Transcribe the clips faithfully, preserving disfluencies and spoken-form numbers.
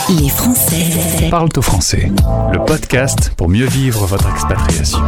Les Français parlent au français. Le podcast pour mieux vivre votre expatriation.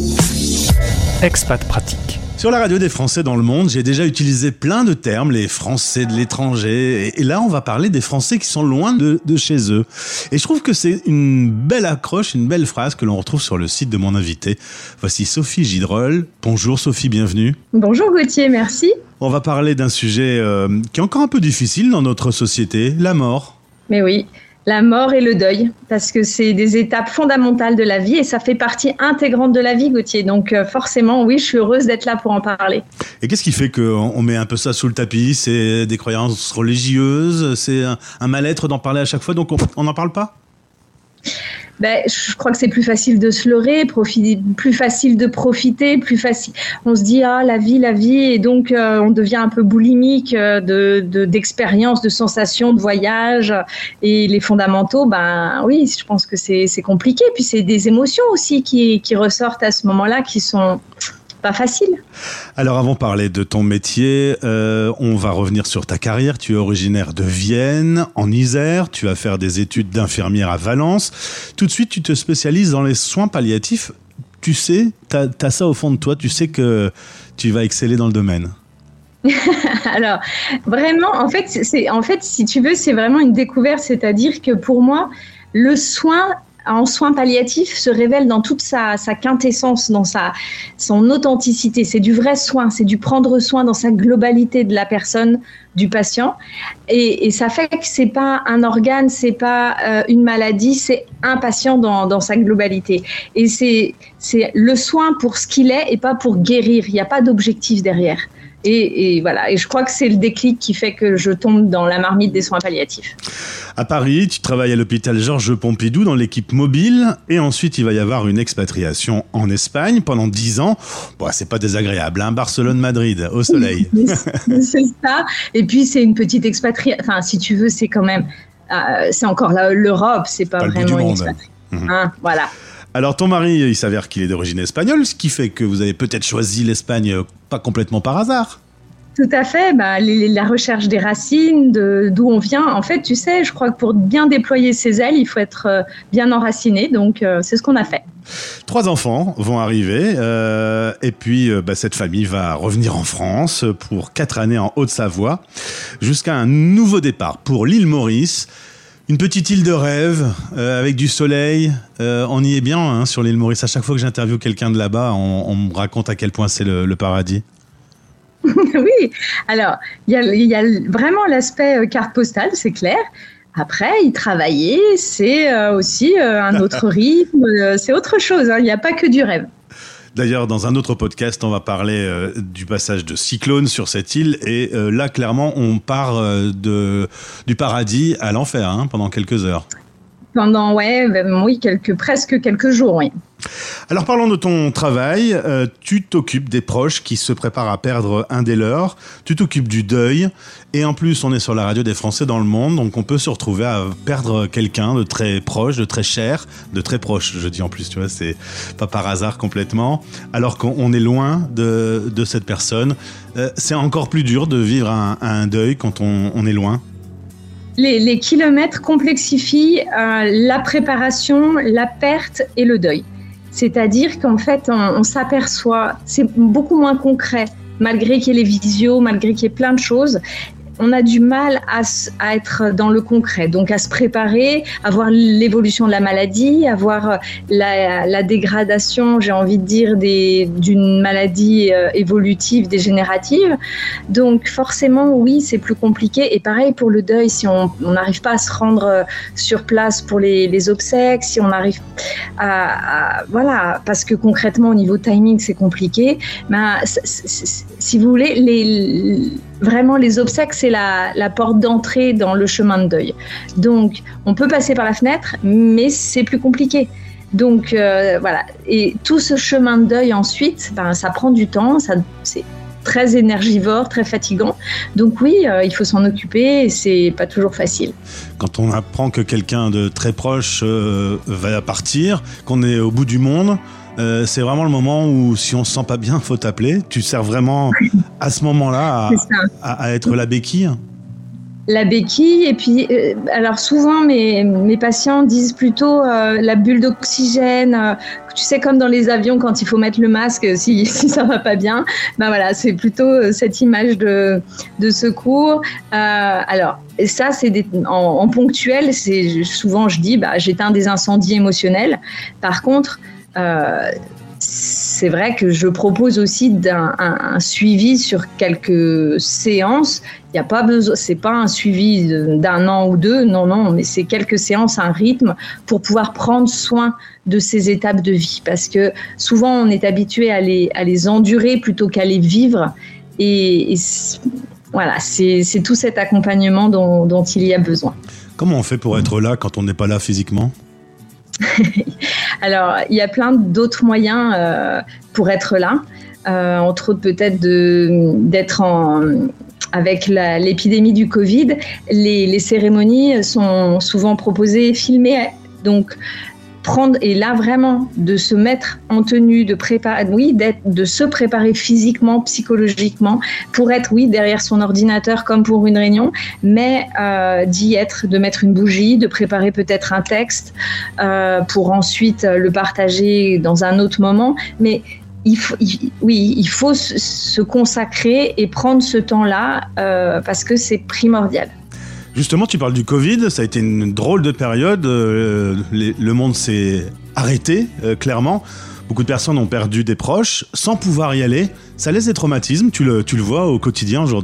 Expat Pratique. Sur la radio des Français dans le monde, j'ai déjà utilisé plein de termes, les Français de l'étranger. Et là, on va parler des Français qui sont loin de, de chez eux. Et je trouve que c'est une belle accroche, une belle phrase que l'on retrouve sur le site de mon invité. Voici Sophie Gidroll. Bonjour Sophie, bienvenue. Bonjour Gauthier, merci. On va parler d'un sujet euh, qui est encore un peu difficile dans notre société, la mort. Mais oui, la mort et le deuil, parce que c'est des étapes fondamentales de la vie et ça fait partie intégrante de la vie, Gauthier. Donc euh, forcément, oui, je suis heureuse d'être là pour en parler. Et qu'est-ce qui fait qu'on met un peu ça sous le tapis ? C'est des croyances religieuses ? C'est un, un mal-être d'en parler à chaque fois, donc on n'en parle pas ? Ben, je crois que c'est plus facile de se leurrer, profiter, plus facile de profiter, plus facile. On se dit ah la vie, la vie, et donc euh, on devient un peu boulimique euh, de, de d'expériences, de sensations, de voyages. Et les fondamentaux, ben oui, je pense que c'est c'est compliqué. Puis c'est des émotions aussi qui qui ressortent à ce moment-là, qui sont pas facile. Alors avant de parler de ton métier, euh, on va revenir sur ta carrière. Tu es originaire de Vienne, en Isère. Tu vas faire des études d'infirmière à Valence. Tout de suite, tu te spécialises dans les soins palliatifs. Tu sais, t'as, t'as ça au fond de toi. Tu sais que tu vas exceller dans le domaine. Alors, vraiment, en fait, c'est, en fait, si tu veux, c'est vraiment une découverte. C'est-à-dire que pour moi, le soin en soins palliatifs se révèle dans toute sa, sa quintessence, dans sa, son authenticité. C'est du vrai soin, c'est du prendre soin dans sa globalité de la personne, du patient. Et, et ça fait que c'est pas un organe, c'est pas euh, une maladie, c'est un patient dans, dans sa globalité. Et c'est, c'est le soin pour ce qu'il est et pas pour guérir. Il n'y a pas d'objectif derrière. Et, et voilà, et je crois que c'est le déclic qui fait que je tombe dans la marmite des soins palliatifs. À Paris, tu travailles à l'hôpital Georges Pompidou dans l'équipe mobile, et ensuite il va y avoir une expatriation en Espagne pendant dix ans. Bon, c'est pas désagréable, hein, Barcelone-Madrid, au soleil. C'est ça, et puis c'est une petite expatriation, enfin si tu veux, c'est quand même, euh, c'est encore la, l'Europe, c'est pas, pas vraiment une expatriation. Mmh. Hein, voilà. Alors ton mari, il s'avère qu'il est d'origine espagnole, ce qui fait que vous avez peut-être choisi l'Espagne pas complètement par hasard. Tout à fait, bah, les, la recherche des racines, de, d'où on vient. En fait, tu sais, je crois que pour bien déployer ses ailes, il faut être euh, bien enraciné, donc euh, c'est ce qu'on a fait. Trois enfants vont arriver euh, et puis euh, bah, cette famille va revenir en France pour quatre années en Haute-Savoie jusqu'à un nouveau départ pour l'île Maurice. Une petite île de rêve, euh, avec du soleil. Euh, on y est bien hein, sur l'île Maurice. À chaque fois que j'interviewe quelqu'un de là-bas, on, on me raconte à quel point c'est le, le paradis. Oui, alors, il y a, y a vraiment l'aspect euh, carte postale, c'est clair. Après, y travailler, c'est euh, aussi euh, un autre rythme, euh, c'est autre chose. Il n'y a pas que du rêve. D'ailleurs, dans un autre podcast, on va parler euh, du passage de cyclone sur cette île. Et euh, là, clairement, on part euh, de, du paradis à l'enfer hein, pendant quelques heures. Pendant, ouais, ben, oui, quelques, presque quelques jours, oui. Alors, parlons de ton travail. Euh, tu t'occupes des proches qui se préparent à perdre un des leurs. Tu t'occupes du deuil. Et en plus, on est sur la radio des Français dans le monde. Donc, on peut se retrouver à perdre quelqu'un de très proche, de très cher, de très proche. Je dis en plus, tu vois, c'est pas par hasard complètement. Alors qu'on est loin de, de cette personne. Euh, c'est encore plus dur de vivre un, un deuil quand on, on est loin. Les, les kilomètres complexifient euh, la préparation, la perte et le deuil. C'est-à-dire qu'en fait, on, on s'aperçoit, c'est beaucoup moins concret, malgré qu'il y ait les visios, malgré qu'il y ait plein de choses. On a du mal à, à être dans le concret, donc à se préparer, à voir l'évolution de la maladie, à voir la, la dégradation, j'ai envie de dire, des, d'une maladie euh, évolutive, dégénérative. Donc forcément, oui, c'est plus compliqué. Et pareil pour le deuil, si on n'arrive pas à se rendre sur place pour les, les obsèques, si on arrive à, à... Voilà, parce que concrètement, au niveau timing, c'est compliqué. Ben, c'est, c'est, si vous voulez, les... Vraiment, les obsèques, c'est la, la porte d'entrée dans le chemin de deuil. Donc, on peut passer par la fenêtre, mais c'est plus compliqué. Donc, euh, voilà. Et tout ce chemin de deuil, ensuite, ben, ça prend du temps, ça, c'est très énergivore, très fatigant. Donc oui, euh, il faut s'en occuper et c'est pas toujours facile. Quand on apprend que quelqu'un de très proche euh, va partir, qu'on est au bout du monde, euh, c'est vraiment le moment où si on se sent pas bien, faut t'appeler. Tu sers vraiment à ce moment-là à, à, à être la béquille. La béquille, et puis, euh, alors souvent mes, mes patients disent plutôt euh, la bulle d'oxygène, euh, tu sais, comme dans les avions quand il faut mettre le masque si, si ça va pas bien. Ben voilà, c'est plutôt cette image de, de secours. Euh, alors, ça, c'est des, en, en ponctuel, c'est, souvent je dis, bah, j'éteins des incendies émotionnels. Par contre, euh, c'est vrai que je propose aussi d'un, un, un suivi sur quelques séances. Il y a pas besoin, c'est pas un suivi d'un an ou deux, non, non, mais c'est quelques séances, un rythme pour pouvoir prendre soin de ces étapes de vie. Parce que souvent, on est habitué à les, à les endurer plutôt qu'à les vivre. Et, et voilà, c'est, c'est tout cet accompagnement dont, dont il y a besoin. Comment on fait pour être là quand on n'est pas là physiquement ? Alors, il y a plein d'autres moyens euh, pour être là. Euh, entre autres, peut-être de, d'être en... Avec la, l'épidémie du Covid, les, les cérémonies sont souvent proposées, filmées. Donc, prendre, et là vraiment, de se mettre en tenue, de, préparer, oui, d'être, de se préparer physiquement, psychologiquement, pour être, oui, derrière son ordinateur comme pour une réunion, mais euh, d'y être, de mettre une bougie, de préparer peut-être un texte euh, pour ensuite le partager dans un autre moment. Mais Il faut, il, oui, il faut se consacrer et prendre ce temps-là euh, parce que c'est primordial. Justement, tu parles du Covid, ça a été une drôle de période, euh, les, le monde s'est arrêté, euh, clairement. Beaucoup de personnes ont perdu des proches sans pouvoir y aller. Ça laisse des traumatismes, tu le, tu le vois au quotidien aujourd'hui ?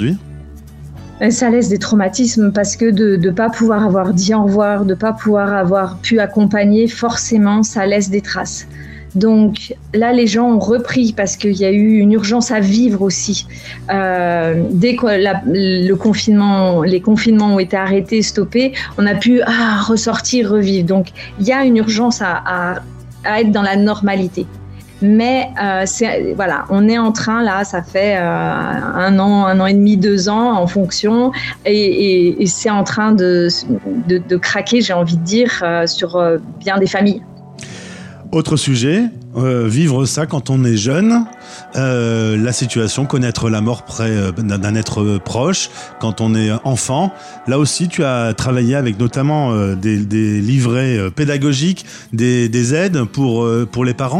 Ça laisse des traumatismes parce que de ne pas pouvoir avoir dit au revoir, de ne pas pouvoir avoir pu accompagner, forcément, ça laisse des traces. Donc là, les gens ont repris parce qu'il y a eu une urgence à vivre aussi. Euh, dès que la, le confinement, les confinements ont été arrêtés, stoppés, on a pu ah, ressortir, revivre. Donc il y a une urgence à, à, à être dans la normalité. Mais euh, c'est, voilà, on est en train là, ça fait euh, un an, un an et demi, deux ans en fonction, et, et, et c'est en train de, de, de craquer, j'ai envie de dire, euh, sur euh, bien des familles. Autre sujet, euh, vivre ça quand on est jeune, euh, la situation, connaître la mort près euh, d'un être proche, quand on est enfant. Là aussi, tu as travaillé avec notamment euh, des, des livrets euh, pédagogiques, des, des aides pour, euh, pour les parents ?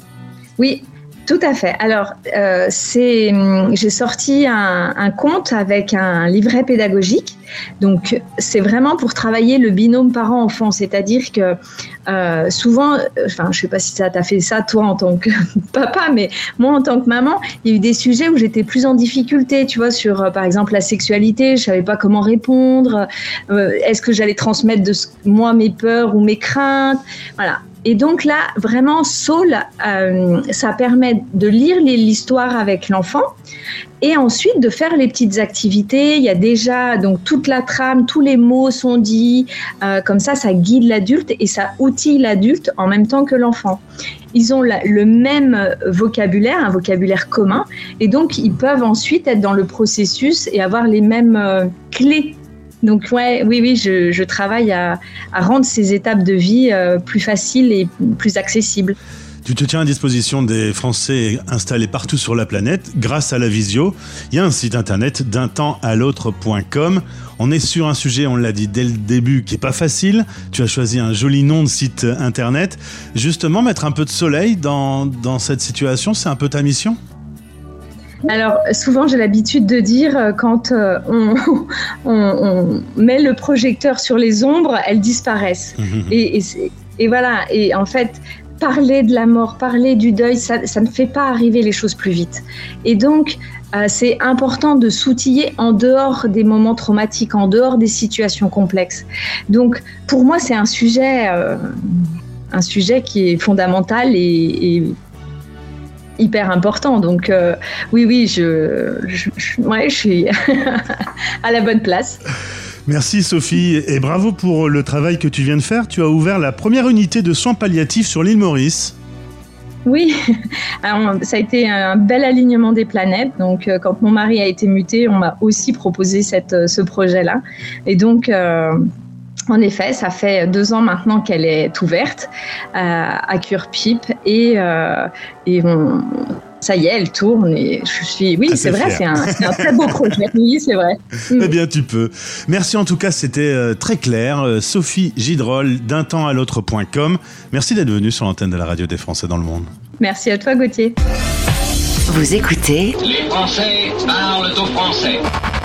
Oui, tout à fait. Alors, euh, c'est, j'ai sorti un, un compte avec un livret pédagogique. Donc, c'est vraiment pour travailler le binôme parent-enfant. C'est-à-dire que euh, souvent, enfin, je ne sais pas si ça t'a fait ça, toi, en tant que papa, mais moi, en tant que maman, il y a eu des sujets où j'étais plus en difficulté, tu vois, sur, euh, par exemple, la sexualité. Je ne savais pas comment répondre. Euh, est-ce que j'allais transmettre de moi mes peurs ou mes craintes ? Voilà. Et donc là, vraiment, Saul, euh, ça permet de lire les, l'histoire avec l'enfant et ensuite de faire les petites activités. Il y a déjà donc toute la trame, tous les mots sont dits. Euh, comme ça, ça guide l'adulte et ça outille l'adulte en même temps que l'enfant. Ils ont la, le même vocabulaire, un vocabulaire commun, et donc ils peuvent ensuite être dans le processus et avoir les mêmes euh, clés. Donc ouais, oui, oui, je, je travaille à, à rendre ces étapes de vie euh, plus faciles et plus accessibles. Tu te tiens à disposition des Français installés partout sur la planète grâce à la visio. Il y a un site internet d'un temps à l'autre point com. On est sur un sujet, on l'a dit dès le début, qui est pas facile. Tu as choisi un joli nom de site internet. Justement, mettre un peu de soleil dans, dans cette situation, c'est un peu ta mission ? Alors, souvent, j'ai l'habitude de dire, quand euh, on, on, on met le projecteur sur les ombres, elles disparaissent. Mmh. Et, et, et voilà, et en fait, parler de la mort, parler du deuil, ça, ça ne fait pas arriver les choses plus vite. Et donc, euh, c'est important de s'outiller en dehors des moments traumatiques, en dehors des situations complexes. Donc, pour moi, c'est un sujet, euh, un sujet qui est fondamental et... et hyper important. Donc euh, oui, oui, je, je, je, ouais, je suis à la bonne place. Merci Sophie et bravo pour le travail que tu viens de faire. Tu as ouvert la première unité de soins palliatifs sur l'île Maurice. Oui, alors, ça a été un bel alignement des planètes. Donc euh, quand mon mari a été muté, on m'a aussi proposé cette, ce projet-là. Et donc... Euh, En effet, ça fait deux ans maintenant qu'elle est ouverte euh, à Cure-Pipe et, euh, et on, ça y est, elle tourne et je suis... Oui, Assez c'est vrai, fier. c'est un, c'est un très beau projet. Oui, c'est vrai. Eh bien, tu peux. Merci en tout cas, c'était euh, très clair. Euh, Sophie Gidrol, d'un temps à l'autre point com. Merci d'être venue sur l'antenne de la radio des Français dans le monde. Merci à toi, Gauthier. Vous écoutez Les Français parlent au français.